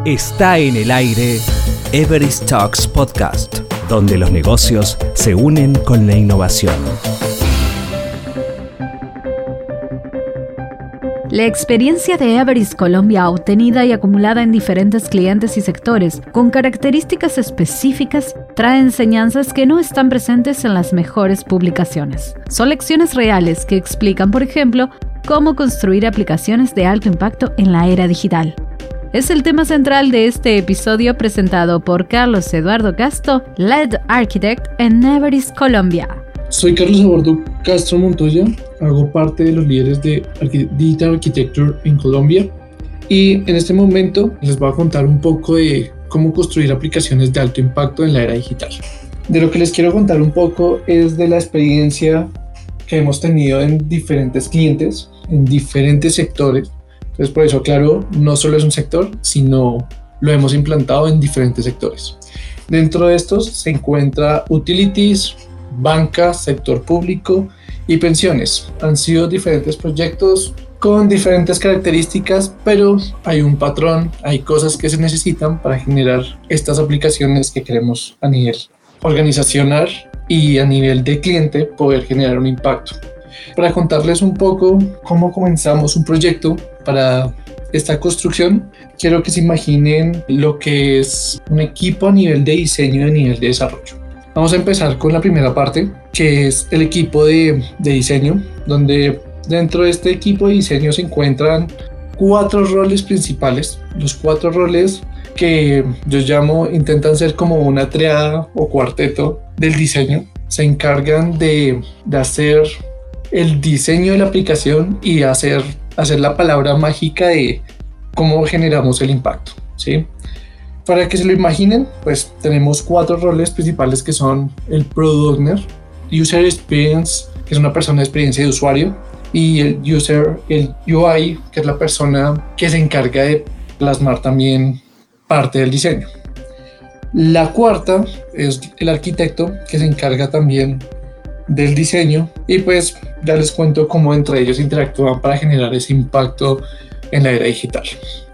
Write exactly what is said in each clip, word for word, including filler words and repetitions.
Está en el aire Everest Talks Podcast, donde los negocios se unen con la innovación. La experiencia de Everest Colombia, obtenida y acumulada en diferentes clientes y sectores con características específicas, trae enseñanzas que no están presentes en las mejores publicaciones. Son lecciones reales que explican, por ejemplo, cómo construir aplicaciones de alto impacto en la era digital. Es el tema central de este episodio presentado por Carlos Eduardo Castro, Lead Architect en Everest Colombia. Soy Carlos Eduardo Castro Montoya, hago parte de los líderes de Digital Architecture en Colombia y en este momento les voy a contar un poco de cómo construir aplicaciones de alto impacto en la era digital. De lo que les quiero contar un poco es de la experiencia que hemos tenido en diferentes clientes, en diferentes sectores. Entonces, por eso, claro, no solo es un sector, sino lo hemos implantado en diferentes sectores. Dentro de estos se encuentra utilities, banca, sector público y pensiones. Han sido diferentes proyectos con diferentes características, pero hay un patrón, hay cosas que se necesitan para generar estas aplicaciones que queremos a nivel organizacional y a nivel de cliente poder generar un impacto. Para contarles un poco cómo comenzamos un proyecto para esta construcción, quiero que se imaginen lo que es un equipo a nivel de diseño y a nivel de desarrollo. Vamos a empezar con la primera parte, que es el equipo de, de diseño, donde dentro de este equipo de diseño se encuentran cuatro roles principales. Los cuatro roles que yo llamo, intentan ser como una triada o cuarteto del diseño. Se encargan de, de hacer el diseño de la aplicación y hacer, hacer la palabra mágica de cómo generamos el impacto, ¿sí? Para que se lo imaginen, pues tenemos cuatro roles principales que son el Product Owner, User Experience, que es una persona de experiencia de usuario, y el User, el U I, que es la persona que se encarga de plasmar también parte del diseño. La cuarta es el arquitecto, que se encarga también del diseño, y pues ya les cuento cómo entre ellos interactúan para generar ese impacto en la era digital.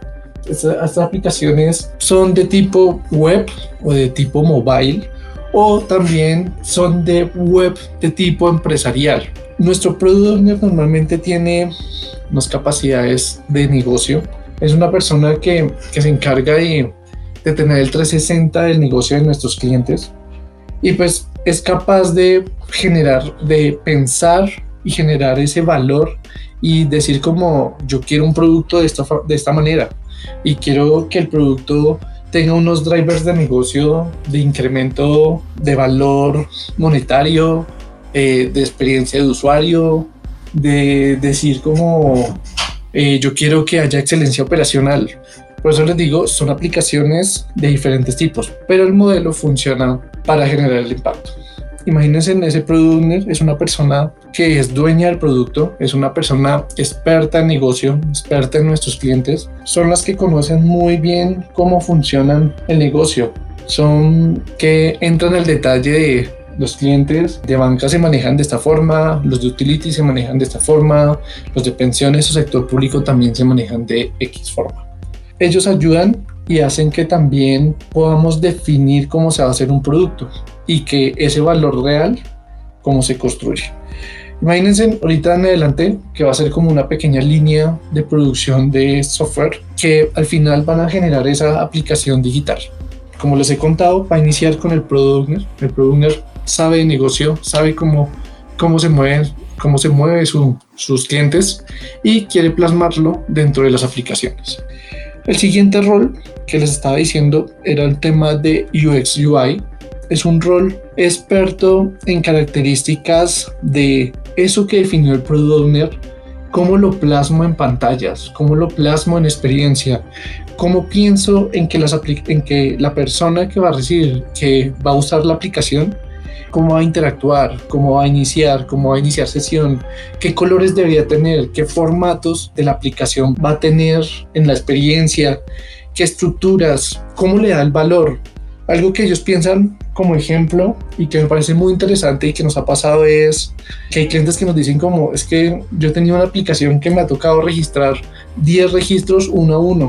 Estas aplicaciones son de tipo web o de tipo mobile, o también son de web de tipo empresarial. Nuestro Product Owner normalmente tiene unas capacidades de negocio. Es una persona que, que se encarga de, de tener el trescientos sesenta del negocio de nuestros clientes y pues es capaz de generar, de pensar y generar ese valor y decir como yo quiero un producto de esta, de esta manera. Y quiero que el producto tenga unos drivers de negocio, de incremento de valor monetario, eh, de experiencia de usuario, de decir como eh, yo quiero que haya excelencia operacional. Por eso les digo, son aplicaciones de diferentes tipos, pero el modelo funciona para generar el impacto. Imagínense, en ese Product Owner es una persona que es dueña del producto, es una persona experta en negocio, experta en nuestros clientes. Son las que conocen muy bien cómo funcionan el negocio. Son que entran al detalle de los clientes de banca se manejan de esta forma, los de utilities se manejan de esta forma, los de pensiones o sector público también se manejan de X forma. Ellos ayudan y hacen que también podamos definir cómo se va a hacer un producto y que ese valor real, cómo se construye. Imagínense ahorita en adelante que va a ser como una pequeña línea de producción de software que al final van a generar esa aplicación digital. Como les he contado, va a iniciar con el Product Owner. El Product Owner sabe de negocio, sabe cómo, cómo se mueven, cómo se mueve su, sus clientes y quiere plasmarlo dentro de las aplicaciones. El siguiente rol que les estaba diciendo era el tema de U X U I. Es un rol experto en características de eso que definió el Product Owner, cómo lo plasmo en pantallas, cómo lo plasmo en experiencia, cómo pienso en que, las apl- en que la persona que va a recibir, que va a usar la aplicación, cómo va a interactuar, cómo va a iniciar, cómo va a iniciar sesión, qué colores debería tener, qué formatos de la aplicación va a tener en la experiencia, qué estructuras, cómo le da el valor. Algo que ellos piensan como ejemplo y que me parece muy interesante y que nos ha pasado es que hay clientes que nos dicen como es que yo tenía una aplicación que me ha tocado registrar diez registros uno a uno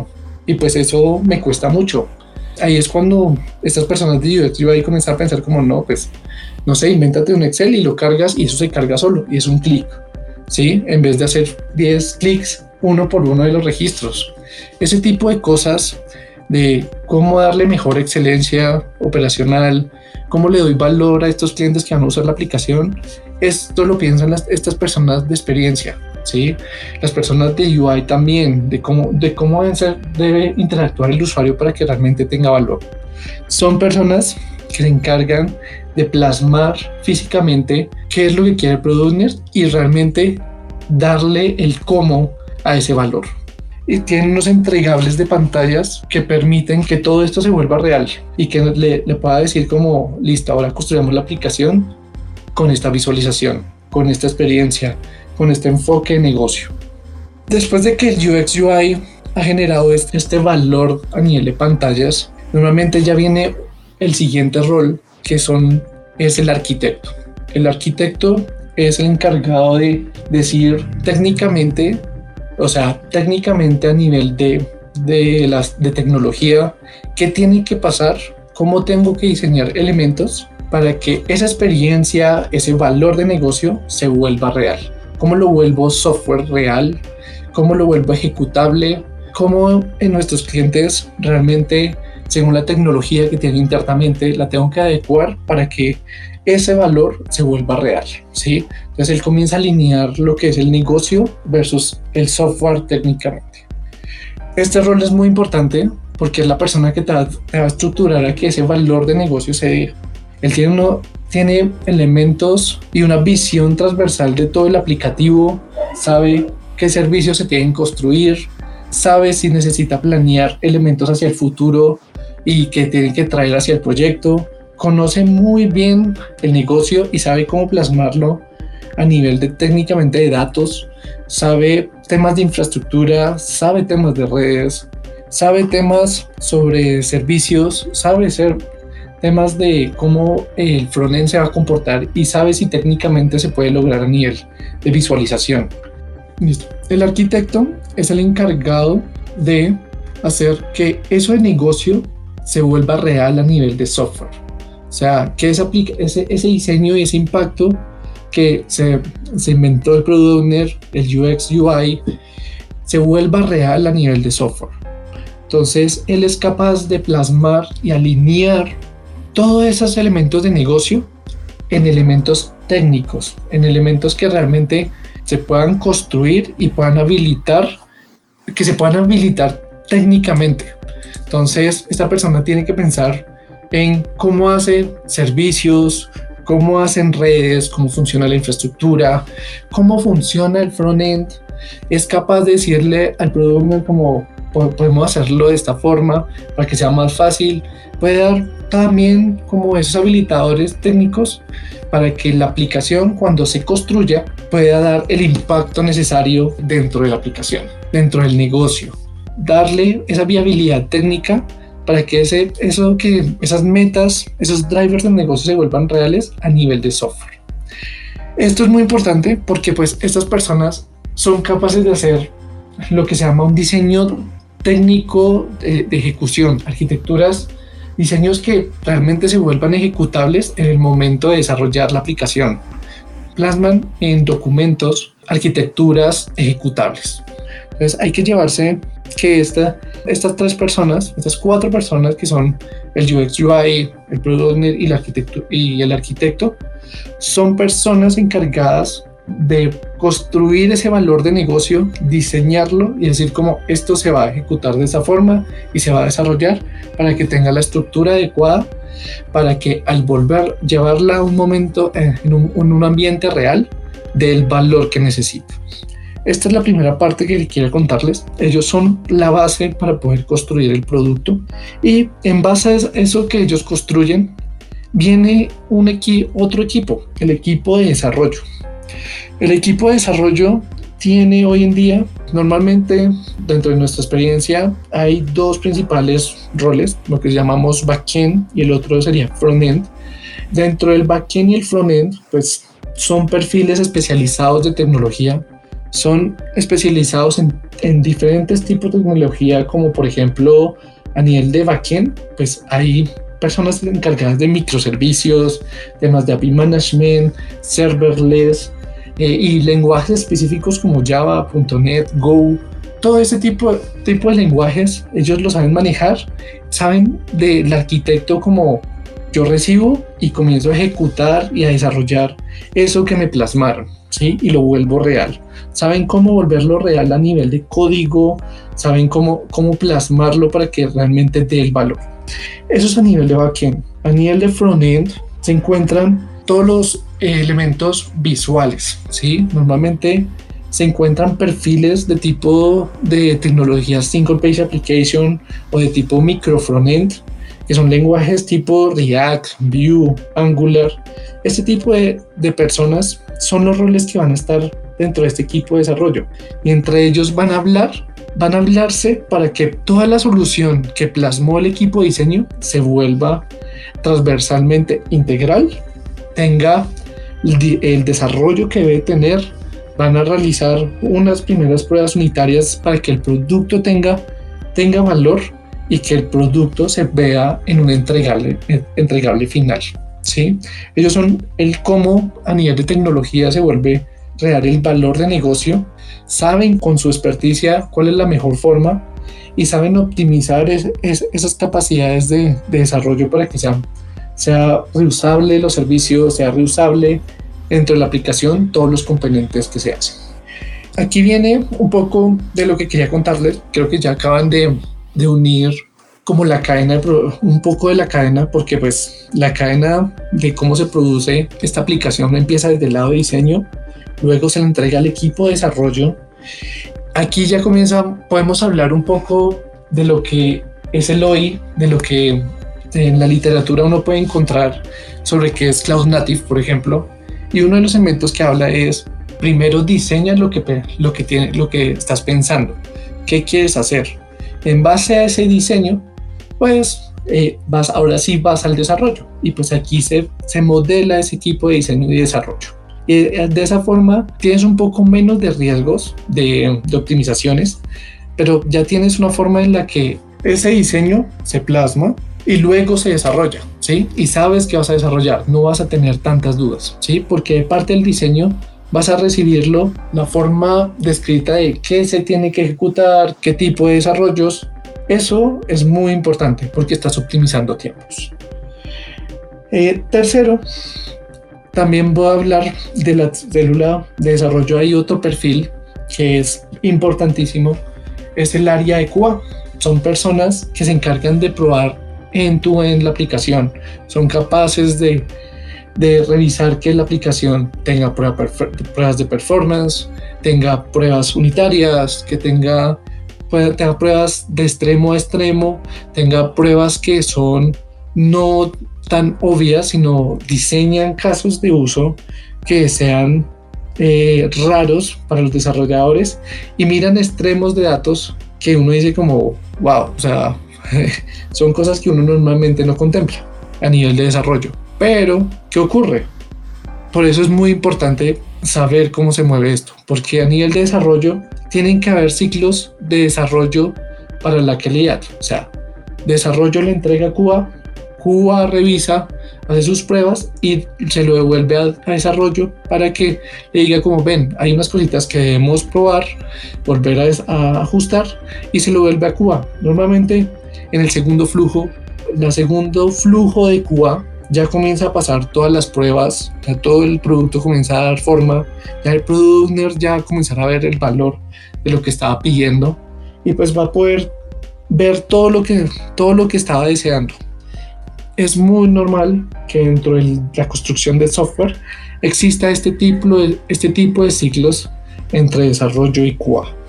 y pues eso me cuesta mucho. Ahí es cuando estas personas de U X U I comienzan a pensar como no, pues no sé, invéntate un Excel y lo cargas y eso se carga solo y es un clic, ¿sí? En vez de hacer diez clics uno por uno de los registros. Ese tipo de cosas de cómo darle mejor excelencia operacional, cómo le doy valor a estos clientes que van a usar la aplicación, esto lo piensan las, estas personas de experiencia, ¿sí? Las personas de U I también, de cómo, de cómo debe, ser, debe interactuar el usuario para que realmente tenga valor. Son personas que se encargan de plasmar físicamente qué es lo que quiere el Product Owner y realmente darle el cómo a ese valor. Y tienen unos entregables de pantallas que permiten que todo esto se vuelva real y que le, le pueda decir como, listo, ahora construimos la aplicación con esta visualización, con esta experiencia, con este enfoque de negocio. Después de que el U X U I ha generado este, este valor a nivel de pantallas, normalmente ya viene el siguiente rol, que son, es el arquitecto. El arquitecto es el encargado de decir técnicamente, o sea, técnicamente a nivel de, de, las, de tecnología, qué tiene que pasar, cómo tengo que diseñar elementos para que esa experiencia, ese valor de negocio se vuelva real. ¿Cómo lo vuelvo software real? ¿Cómo lo vuelvo ejecutable? ¿Cómo en nuestros clientes realmente, según la tecnología que tienen internamente, la tengo que adecuar para que ese valor se vuelva real? ¿Sí? Entonces él comienza a alinear lo que es el negocio versus el software técnicamente. Este rol es muy importante porque es la persona que te va, te va a estructurar a que ese valor de negocio se dé. Él tiene, uno, tiene elementos y una visión transversal de todo el aplicativo, sabe qué servicios se tienen que construir, sabe si necesita planear elementos hacia el futuro y que tienen que traer hacia el proyecto, conoce muy bien el negocio y sabe cómo plasmarlo a nivel de técnicamente de datos, sabe temas de infraestructura, sabe temas de redes, sabe temas sobre servicios, sabe ser temas de cómo el frontend se va a comportar y sabe si técnicamente se puede lograr a nivel de visualización. Listo. El arquitecto es el encargado de hacer que eso de negocio se vuelva real a nivel de software. O sea, que ese, ese, ese diseño y ese impacto que se, se inventó el Product Owner, el U X U I, se vuelva real a nivel de software. Entonces, él es capaz de plasmar y alinear todos esos elementos de negocio en elementos técnicos, en elementos que realmente se puedan construir y puedan habilitar, que se puedan habilitar técnicamente. Entonces, esta persona tiene que pensar en cómo hace servicios, cómo hacen redes, cómo funciona la infraestructura, cómo funciona el frontend. Es capaz de decirle al Product Owner como podemos hacerlo de esta forma para que sea más fácil. Puede dar también como esos habilitadores técnicos para que la aplicación, cuando se construya, pueda dar el impacto necesario dentro de la aplicación, dentro del negocio. Darle esa viabilidad técnica para que ese, eso que, esas metas, esos drivers de negocio se vuelvan reales a nivel de software. Esto es muy importante porque pues estas personas son capaces de hacer lo que se llama un diseño técnico de, de ejecución, arquitecturas, diseños que realmente se vuelvan ejecutables en el momento de desarrollar la aplicación. Plasman en documentos arquitecturas ejecutables. Entonces hay que llevarse que esta, estas tres personas, estas cuatro personas que son el U X U I, el Product Owner y el arquitecto, y el arquitecto, son personas encargadas de construir ese valor de negocio, diseñarlo y decir cómo esto se va a ejecutar de esa forma y se va a desarrollar para que tenga la estructura adecuada, para que al volver llevarla a un momento eh, en, un, en un ambiente real del valor que necesita. Esta es la primera parte que quiero contarles. Ellos son la base para poder construir el producto y en base a eso que ellos construyen viene un equi- otro equipo, el equipo de desarrollo. El equipo de desarrollo tiene hoy en día, normalmente dentro de nuestra experiencia, hay dos principales roles, lo que llamamos backend y el otro sería frontend. Dentro del backend y el frontend, pues son perfiles especializados de tecnología, son especializados en, en diferentes tipos de tecnología, como por ejemplo a nivel de backend, pues hay personas encargadas de microservicios, temas de A P I management, serverless eh, y lenguajes específicos como Java, punto net, Go. Todo ese tipo, tipo de lenguajes ellos lo saben manejar, saben del arquitecto como yo recibo y comienzo a ejecutar y a desarrollar eso que me plasmaron, ¿sí? Y lo vuelvo real. Saben cómo volverlo real a nivel de código, saben cómo, cómo plasmarlo para que realmente dé el valor. Eso es a nivel de backend. A nivel de frontend se encuentran todos los elementos visuales, ¿sí? Normalmente se encuentran perfiles de tipo de tecnologías single page application o de tipo micro frontend, que son lenguajes tipo React, Vue, Angular. Este tipo de, de personas son los roles que van a estar dentro de este equipo de desarrollo, y entre ellos van a hablar, van a hablarse para que toda la solución que plasmó el equipo de diseño se vuelva transversalmente integral, tenga el, el desarrollo que debe tener. Van a realizar unas primeras pruebas unitarias para que el producto tenga, tenga valor y que el producto se vea en un entregable, entregable final, ¿sí? Ellos son el cómo a nivel de tecnología se vuelve real el valor de negocio, saben con su experticia cuál es la mejor forma y saben optimizar es, es, esas capacidades de, de desarrollo para que sea, sea reusable los servicios, sea reusable dentro de la aplicación todos los componentes que se hacen. Aquí viene un poco de lo que quería contarles. Creo que ya acaban de, de unir como la cadena, un poco de la cadena, porque pues la cadena de cómo se produce esta aplicación empieza desde el lado de diseño, luego se le entrega al equipo de desarrollo. Aquí ya comienza, podemos hablar un poco de lo que es el hoy, de lo que en la literatura uno puede encontrar sobre qué es Cloud Native, por ejemplo. Y uno de los elementos que habla es, primero diseña lo que, lo que, tiene, lo que estás pensando, qué quieres hacer. En base a ese diseño, pues eh, vas, ahora sí vas al desarrollo. Y pues aquí se, se modela ese equipo de diseño y desarrollo. Y de esa forma tienes un poco menos de riesgos de, de optimizaciones, pero ya tienes una forma en la que ese diseño se plasma y luego se desarrolla, ¿sí? Y sabes que vas a desarrollar, no vas a tener tantas dudas, ¿sí? Porque de parte del diseño vas a recibirlo, la forma descrita de qué se tiene que ejecutar, qué tipo de desarrollos. Eso es muy importante porque estás optimizando tiempos. Eh, tercero, también voy a hablar de la célula de desarrollo. Hay otro perfil que es importantísimo, es el área de Q A. Son personas que se encargan de probar en tu en la aplicación, son capaces de, de revisar que la aplicación tenga prueba, pruebas de performance, tenga pruebas unitarias, que tenga, pueda, tenga pruebas de extremo a extremo, tenga pruebas que son no tan obvias, sino diseñan casos de uso que sean eh, raros para los desarrolladores y miran extremos de datos que uno dice como wow, o sea, son cosas que uno normalmente no contempla a nivel de desarrollo. Pero, ¿qué ocurre? Por eso es muy importante saber cómo se mueve esto, porque a nivel de desarrollo tienen que haber ciclos de desarrollo para la calidad. O sea, desarrollo le entrega a Q A, Q A revisa, hace sus pruebas y se lo devuelve a, a desarrollo para que le diga como ven, hay unas cositas que debemos probar, volver a, a ajustar y se lo vuelve a Q A. Normalmente en el segundo flujo, el segundo flujo de Q A ya comienza a pasar todas las pruebas, ya todo el producto comienza a dar forma, ya el product owner ya comenzará a ver el valor de lo que estaba pidiendo y pues va a poder ver todo lo que, todo lo que estaba deseando. Es muy normal que dentro de la construcción de software exista este tipo de, este tipo de ciclos entre desarrollo y Q A.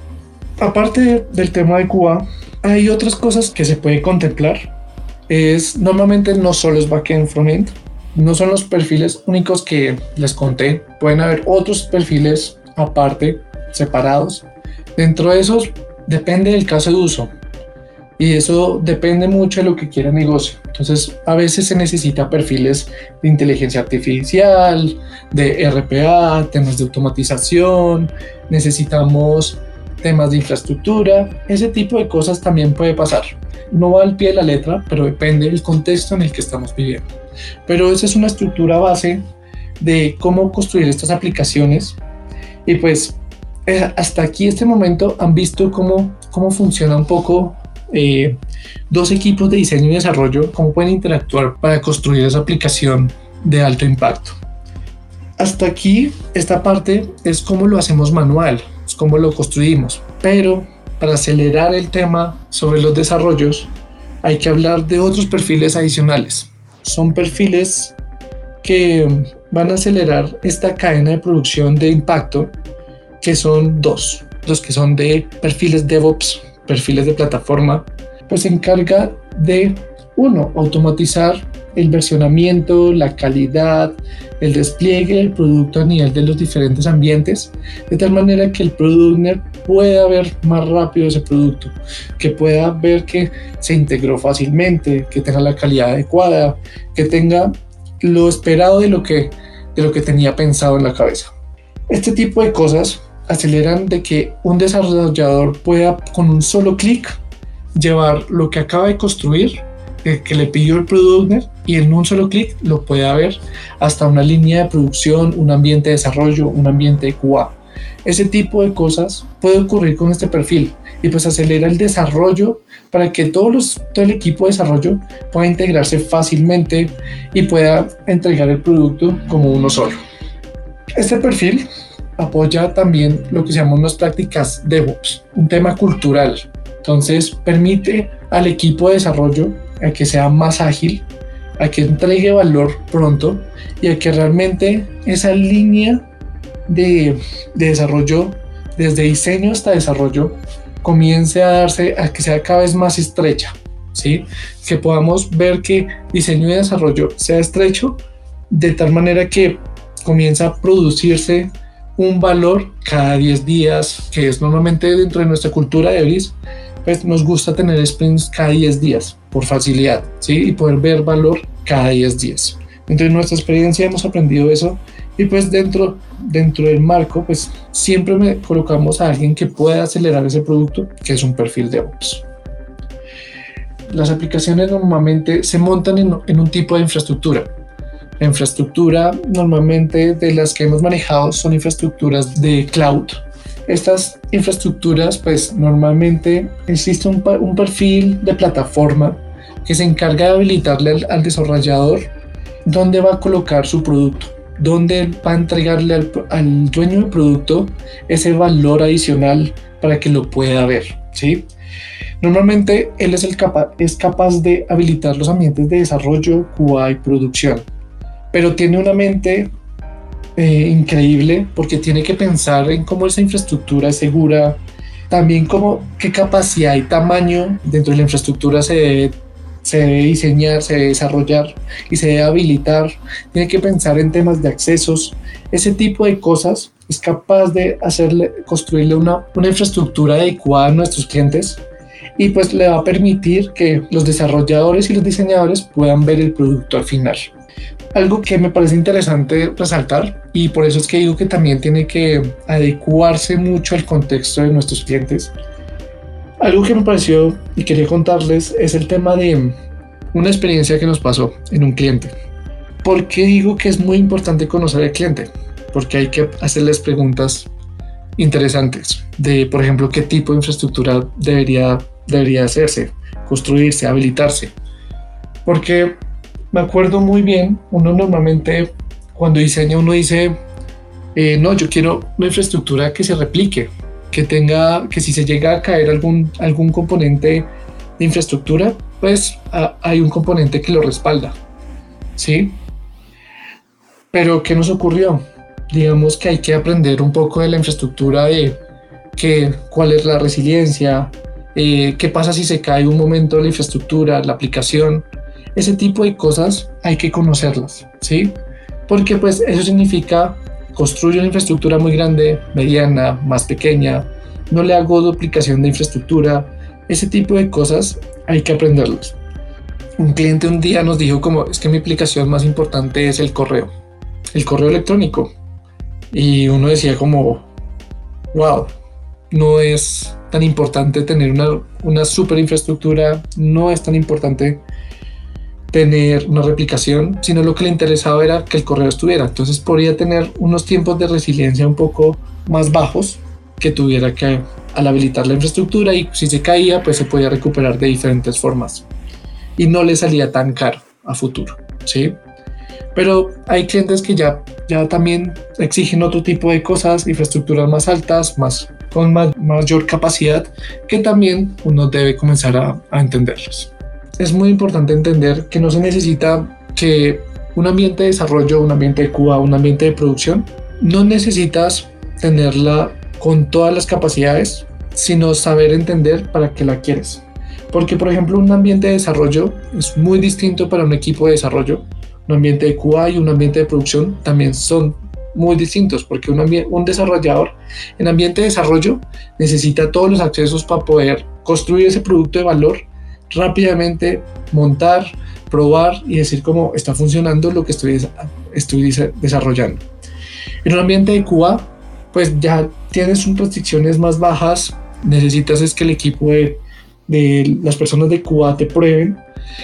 Aparte del tema de Q A, hay otras cosas que se puede contemplar. Es, normalmente no solo es backend, frontend, no son los perfiles únicos que les conté. Pueden haber otros perfiles aparte, separados. Dentro de esos depende del caso de uso. Y eso depende mucho de lo que quiera el negocio. Entonces, a veces se necesita perfiles de inteligencia artificial, de R P A, temas de automatización, necesitamos temas de infraestructura, ese tipo de cosas también puede pasar. No va al pie de la letra, pero depende del contexto en el que estamos viviendo. Pero esa es una estructura base de cómo construir estas aplicaciones. Y pues hasta aquí, este momento, han visto cómo, cómo funciona un poco eh, dos equipos de diseño y desarrollo, cómo pueden interactuar para construir esa aplicación de alto impacto. Hasta aquí, esta parte es cómo lo hacemos manual, es cómo lo construimos. Pero para acelerar el tema sobre los desarrollos, hay que hablar de otros perfiles adicionales. Son perfiles que van a acelerar esta cadena de producción de impacto, que son dos, los que son de perfiles DevOps, perfiles de plataforma, pues se encarga de, uno, automatizar el versionamiento, la calidad, el despliegue del producto a nivel de los diferentes ambientes, de tal manera que el product owner pueda ver más rápido ese producto, que pueda ver que se integró fácilmente, que tenga la calidad adecuada, que tenga lo esperado de lo que, de lo que tenía pensado en la cabeza. Este tipo de cosas aceleran de que un desarrollador pueda con un solo clic llevar lo que acaba de construir, que le pidió el product owner, y en un solo clic lo pueda ver hasta una línea de producción, un ambiente de desarrollo, un ambiente de Q A. Ese tipo de cosas puede ocurrir con este perfil y pues acelera el desarrollo para que todos los, todo el equipo de desarrollo pueda integrarse fácilmente y pueda entregar el producto como uno solo. Este perfil apoya también lo que se llaman las prácticas DevOps, un tema cultural. Entonces permite al equipo de desarrollo a que sea más ágil, a que entregue valor pronto y a que realmente esa línea de, de desarrollo, desde diseño hasta desarrollo, comience a darse, a que sea cada vez más estrecha, ¿sí? Que podamos ver que diseño y desarrollo sea estrecho de tal manera que comienza a producirse un valor cada diez días, que es normalmente dentro de nuestra cultura de Everis, pues nos gusta tener sprints cada diez días por facilidad, ¿sí? Y poder ver valor cada diez días. Dentro de nuestra experiencia hemos aprendido eso y pues dentro, dentro del marco pues siempre me colocamos a alguien que pueda acelerar ese producto, que es un perfil DevOps. Las aplicaciones normalmente se montan en, en un tipo de infraestructura. La infraestructura normalmente de las que hemos manejado son infraestructuras de cloud. Estas infraestructuras, pues normalmente existe un, un perfil de plataforma que se encarga de habilitarle al, al desarrollador dónde va a colocar su producto, dónde va a entregarle al, al dueño del producto ese valor adicional para que lo pueda ver, ¿sí? Normalmente él es, el capa, es capaz de habilitar los ambientes de desarrollo, Q A y producción, pero tiene una mente Eh, increíble porque tiene que pensar en cómo esa infraestructura es segura, también cómo, qué capacidad y tamaño dentro de la infraestructura se debe, se debe diseñar, se debe desarrollar y se debe habilitar. Tiene que pensar en temas de accesos, ese tipo de cosas. Es capaz de hacerle, construirle una, una infraestructura adecuada a nuestros clientes y pues le va a permitir que los desarrolladores y los diseñadores puedan ver el producto al final. Algo que me parece interesante resaltar, y por eso es que digo que también tiene que adecuarse mucho al contexto de nuestros clientes. Algo que me pareció y quería contarles es el tema de una experiencia que nos pasó en un cliente. ¿Por qué digo que es muy importante conocer al cliente? Porque hay que hacerles preguntas interesantes de, por ejemplo, qué tipo de infraestructura debería, debería hacerse, construirse, habilitarse. Porque me acuerdo muy bien, uno normalmente cuando diseña uno dice, eh, no, yo quiero una infraestructura que se replique, que tenga, que si se llega a caer algún, algún componente de infraestructura, pues a, hay un componente que lo respalda, ¿sí? Pero ¿qué nos ocurrió? Digamos que hay que aprender un poco de la infraestructura, de que, cuál es la resiliencia, eh, qué pasa si se cae un momento la infraestructura, la aplicación. Ese tipo de cosas hay que conocerlas, ¿sí? Porque pues eso significa construir una infraestructura muy grande, mediana, más pequeña, no le hago duplicación de infraestructura. Ese tipo de cosas hay que aprenderlas. Un cliente un día nos dijo como, es que mi aplicación más importante es el correo, el correo electrónico. Y uno decía como, wow, no es tan importante tener una, una super infraestructura, no es tan importante tener una replicación, sino lo que le interesaba era que el correo estuviera. Entonces podría tener unos tiempos de resiliencia un poco más bajos, que tuviera que al habilitar la infraestructura, y si se caía pues se podía recuperar de diferentes formas y no le salía tan caro a futuro, ¿sí? Pero hay clientes que ya, ya también exigen otro tipo de cosas, infraestructuras más altas, más, con más, mayor capacidad, que también uno debe comenzar a, a entenderlos. Es muy importante entender que no se necesita que un ambiente de desarrollo, un ambiente de Q A, un ambiente de producción, no necesitas tenerla con todas las capacidades, sino saber entender para qué la quieres. Porque, por ejemplo, un ambiente de desarrollo es muy distinto para un equipo de desarrollo. Un ambiente de Q A y un ambiente de producción también son muy distintos, porque un, un desarrollador en ambiente de desarrollo necesita todos los accesos para poder construir ese producto de valor rápidamente, montar, probar y decir cómo está funcionando lo que estoy, estoy desarrollando. En un ambiente de Q A, pues ya tienes unas restricciones más bajas, necesitas es que el equipo de, de las personas de Q A te prueben,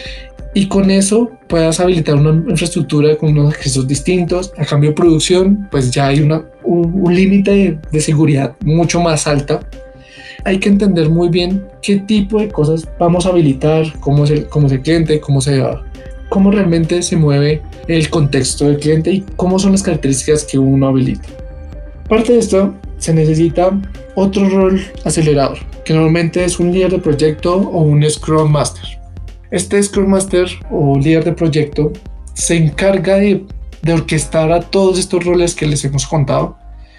y con eso puedas habilitar una infraestructura con unos accesos distintos. A cambio de producción, pues ya hay una, un, un límite de, de seguridad mucho más alta. Hay que entender muy bien qué tipo de cosas vamos a habilitar, cómo es el, cómo es el cliente, cómo, se, cómo realmente se mueve el contexto del cliente y cómo son las características que uno habilita. Aparte de esto, se necesita otro rol acelerador, que normalmente es un líder de proyecto o un Scrum Master. Este Scrum Master o líder de proyecto se encarga de, de orquestar a todos estos roles que les hemos contado,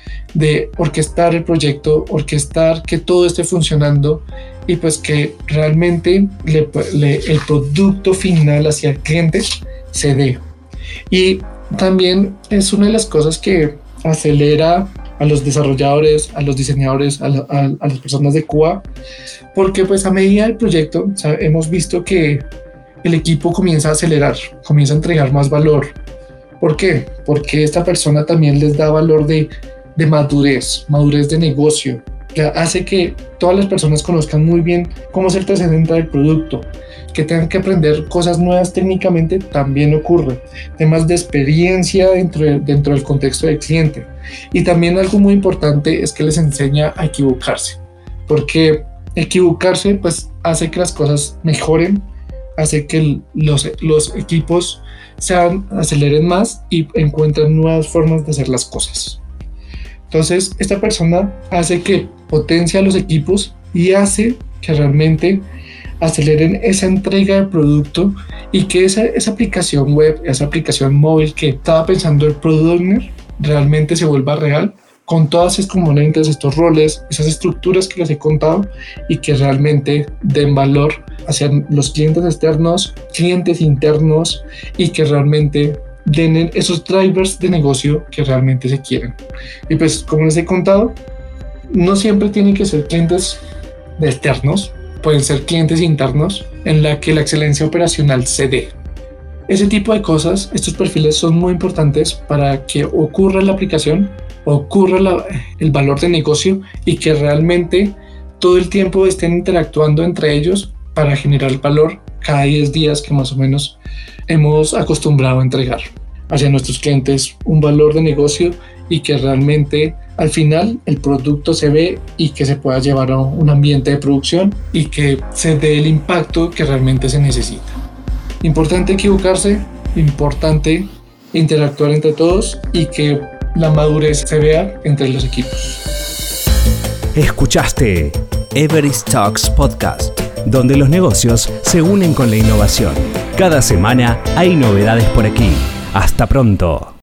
de orquestar el proyecto, orquestar que todo esté funcionando y pues que realmente le, le, el producto final hacia el cliente se dé. Y también es una de las cosas que acelera a los desarrolladores, a los diseñadores, a, la, a, a las personas de Q A, porque pues a medida del proyecto, o sea, hemos visto que el equipo comienza a acelerar, comienza a entregar más valor. ¿Por qué? Porque esta persona también les da valor de, de madurez, madurez de negocio. Ya hace que todas las personas conozcan muy bien cómo es el trascendental del producto, que tengan que aprender cosas nuevas técnicamente también ocurre, temas de experiencia dentro, de, dentro del contexto del cliente. Y también algo muy importante es que les enseña a equivocarse, porque equivocarse pues hace que las cosas mejoren, hace que los, los equipos sean, aceleren más y encuentren nuevas formas de hacer las cosas. Entonces esta persona hace que potencia a los equipos y hace que realmente aceleren esa entrega de producto y que esa, esa aplicación web, esa aplicación móvil que estaba pensando el product owner realmente se vuelva real con todas esas componentes, estos roles, esas estructuras que les he contado y que realmente den valor hacia los clientes externos, clientes internos y que realmente den esos drivers de negocio que realmente se quieren. Y pues como les he contado, no siempre tienen que ser clientes externos, pueden ser clientes internos en la que la excelencia operacional se dé. Ese tipo de cosas, estos perfiles son muy importantes para que ocurra la aplicación, ocurra la, el valor de negocio y que realmente todo el tiempo estén interactuando entre ellos para generar valor cada diez días que más o menos hemos acostumbrado a entregar hacia nuestros clientes un valor de negocio y que realmente al final el producto se ve y que se pueda llevar a un ambiente de producción y que se dé el impacto que realmente se necesita. Importante equivocarse, importante interactuar entre todos y que la madurez se vea entre los equipos. Escuchaste Everest Talks Podcast, donde los negocios se unen con la innovación. Cada semana hay novedades por aquí. Hasta pronto.